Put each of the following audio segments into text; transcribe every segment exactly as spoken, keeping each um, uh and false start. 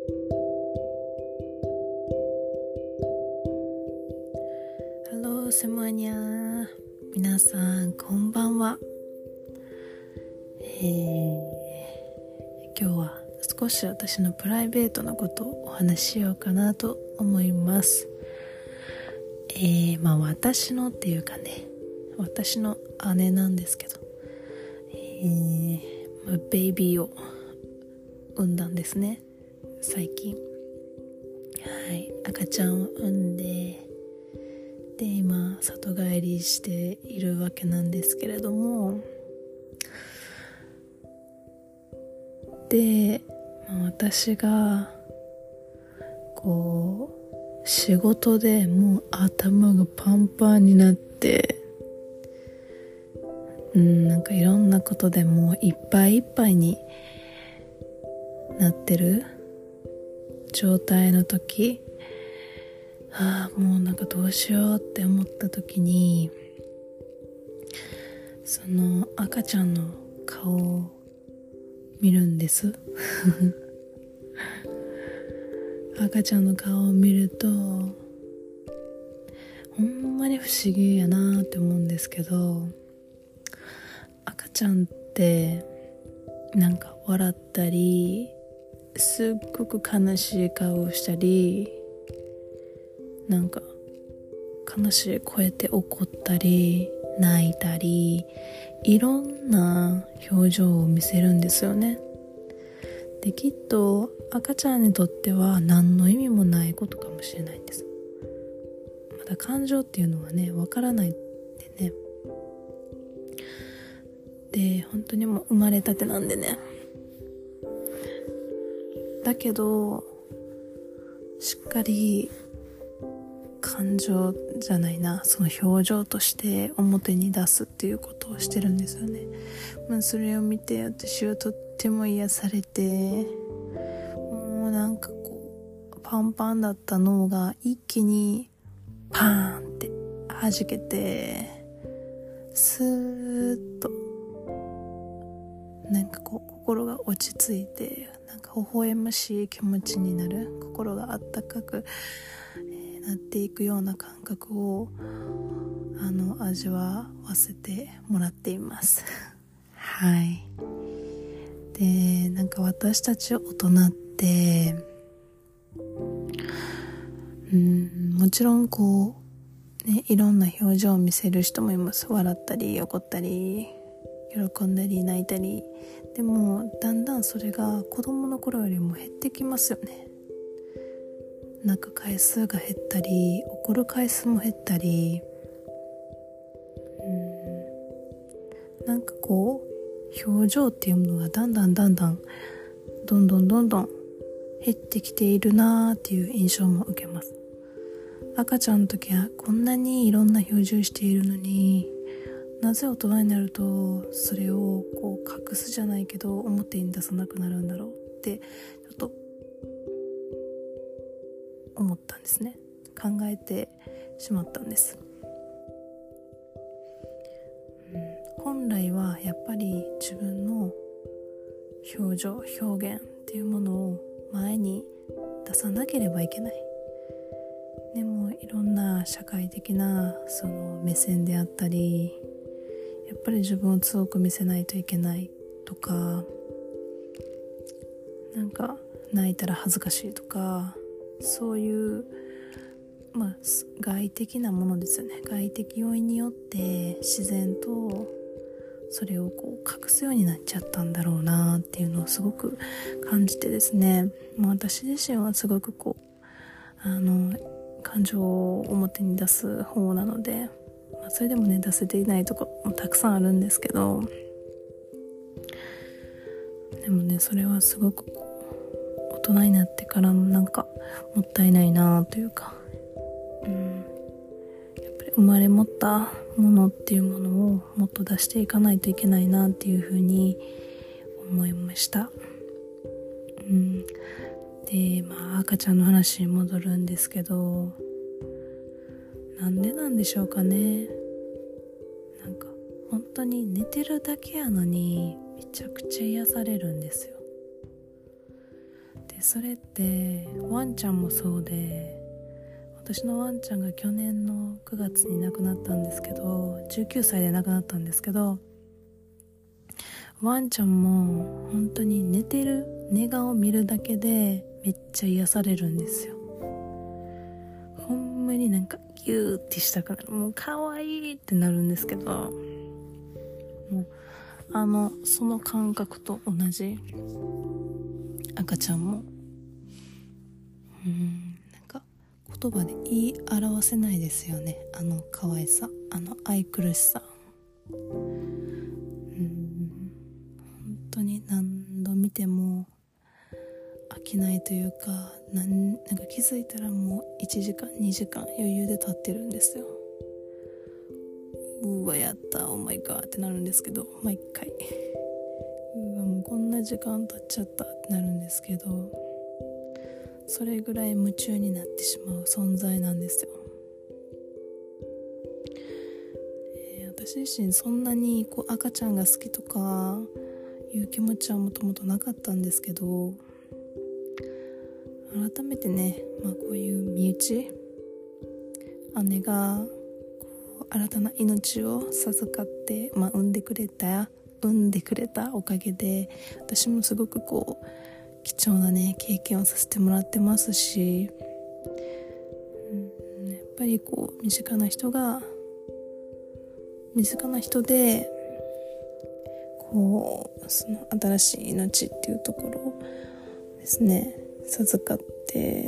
ハローセマニャー、皆さんこんばんは。えー、今日は少し私のプライベートなことをお話ししようかなと思います。えー、まあ私のっていうかね、私の姉なんですけど、えーまあ、ベイビーを産んだんですね、最近。はい、赤ちゃんを産んで、で今里帰りしているわけなんですけれども、で、まあ、私がこう仕事でもう頭がパンパンになって、うんなんかいろんなことでもういっぱいいっぱいになってる状態の時、ああもうなんかどうしようって思った時に、その赤ちゃんの顔を見るんです赤ちゃんの顔を見るとほんまに不思議やなって思うんですけど、赤ちゃんってなんか笑ったりすっごく悲しい顔をしたり、なんか悲しい声で怒ったり泣いたり、いろんな表情を見せるんですよね。できっと赤ちゃんにとっては何の意味もないことかもしれないんです。まだ感情っていうのはねわからないんでね。で本当にもう生まれたてなんでね。だけどしっかり感情じゃないな、その表情として表に出すっていうことをしてるんですよね。まあ、それを見て私はとっても癒されて、もうなんかこうパンパンだった脳が一気にパーンって弾けて、スーッとなんかこう心が落ち着いて、なんか微笑ましい気持ちになる、心があったかく、えー、なっていくような感覚をあの味わわせてもらっていますはい。でなんか私たち大人ってうんもちろんこうね、いろんな表情を見せる人もいます。笑ったり怒ったり喜んだり泣いたり。でもだんだんそれが子供の頃よりも減ってきますよね。泣く回数が減ったり怒る回数も減ったり、うんなんかこう表情っていうものがだんだんだんだんどんどんどんどん減ってきているなーっていう印象も受けます。赤ちゃんの時はこんなにいろんな表情しているのに、なぜ大人になるとそれをこう隠すじゃないけど表に出さなくなるんだろうってちょっと思ったんですね。考えてしまったんです、うん、本来はやっぱり自分の表情表現っていうものを前に出さなければいけない。でもいろんな社会的なその目線であったり、やっぱり自分を強く見せないといけないとか、なんか泣いたら恥ずかしいとか、そういうまあ外的なものですよね。外的要因によって自然とそれをこう隠すようになっちゃったんだろうなっていうのをすごく感じてですね、まあ、私自身はすごくこうあの感情を表に出す方なので、まあ、それでもね出せていないとこもたくさんあるんですけど、でもねそれはすごく大人になってからのなんかもったいないなというか、うん、やっぱり生まれ持ったものっていうものをもっと出していかないといけないなっていうふうに思いました、うん、でまあ赤ちゃんの話に戻るんですけど、なんでなんでしょうかね。なんか本当に寝てるだけやのにめちゃくちゃ癒されるんですよ。ででそれってワンちゃんもそうで、私のワンちゃんが去年のくがつに亡くなったんですけど、じゅうきゅうさいで亡くなったんですけど、ワンちゃんも本当に寝てる寝顔見るだけでめっちゃ癒されるんですよ。ほんまになんかギューってしたくなる、もう可愛いってなるんですけど、もうあのその感覚と同じ赤ちゃんもうーんなんか言葉で言い表せないですよね。あの可愛さ、あの愛くるしさ、うーん本当に何度見ても飽きないというか、なんなんか気づいたらもういちじかんにじかん余裕で経ってるんですよ。うわやったオーマイガーってなるんですけど、毎回うわもうこんな時間経っちゃったってなるんですけど、それぐらい夢中になってしまう存在なんですよ。えー、私自身そんなにこう赤ちゃんが好きとかいう気持ちはもともとなかったんですけど、改めてね、まあ、こういう身内姉がこう新たな命を授かって、まあ、産んでくれた産んでくれたおかげで、私もすごくこう貴重なね経験をさせてもらってますし、うん、やっぱりこう身近な人が身近な人でこうその新しい命っていうところですね授かって、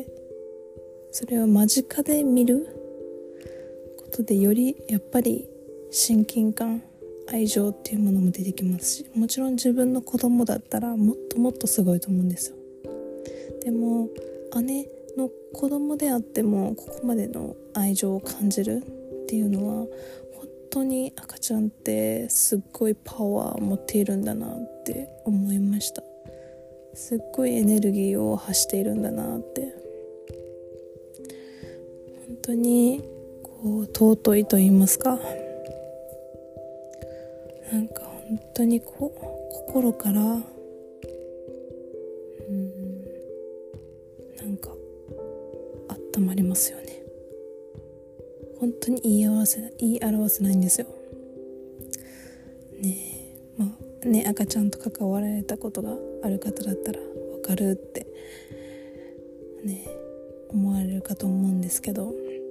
それを間近で見ることでよりやっぱり親近感、愛情っていうものも出てきますし、もちろん自分の子供だったらもっともっとすごいと思うんですよ。でも姉の子供であってもここまでの愛情を感じるっていうのは、本当に赤ちゃんってすっごいパワーを持っているんだなって思いました。すっごいエネルギーを発しているんだなって、本当にこう尊いと言いますか、なんか本当にこう心からうんなんか温まりますよね。本当に言い表せない言い表せないんですよね。え、まあね、赤ちゃんと関わられたことがある方だったらわかるってね思われるかと思うんですけど、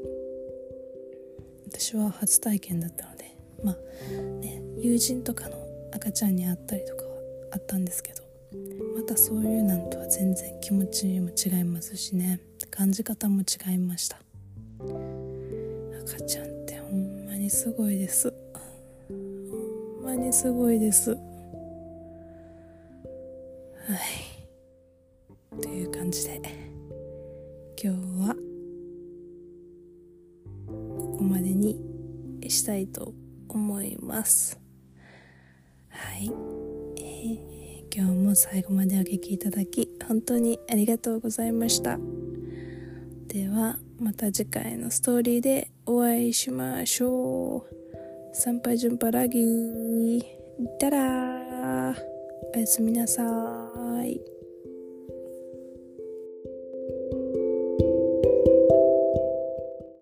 私は初体験だったので、まあね、友人とかの赤ちゃんに会ったりとかはあったんですけど、またそういうなんとは全然気持ちも違いますしね、感じ方も違いました。赤ちゃんってほんまにすごいです。ほんまにすごいです。はい、という感じで今日はここまでにしたいと思います。はい、えー、今日も最後までお聞きいただき本当にありがとうございました。ではまた次回のストーリーでお会いしましょう。Sampai jumpa lagi. Dadah. おやすみなさい。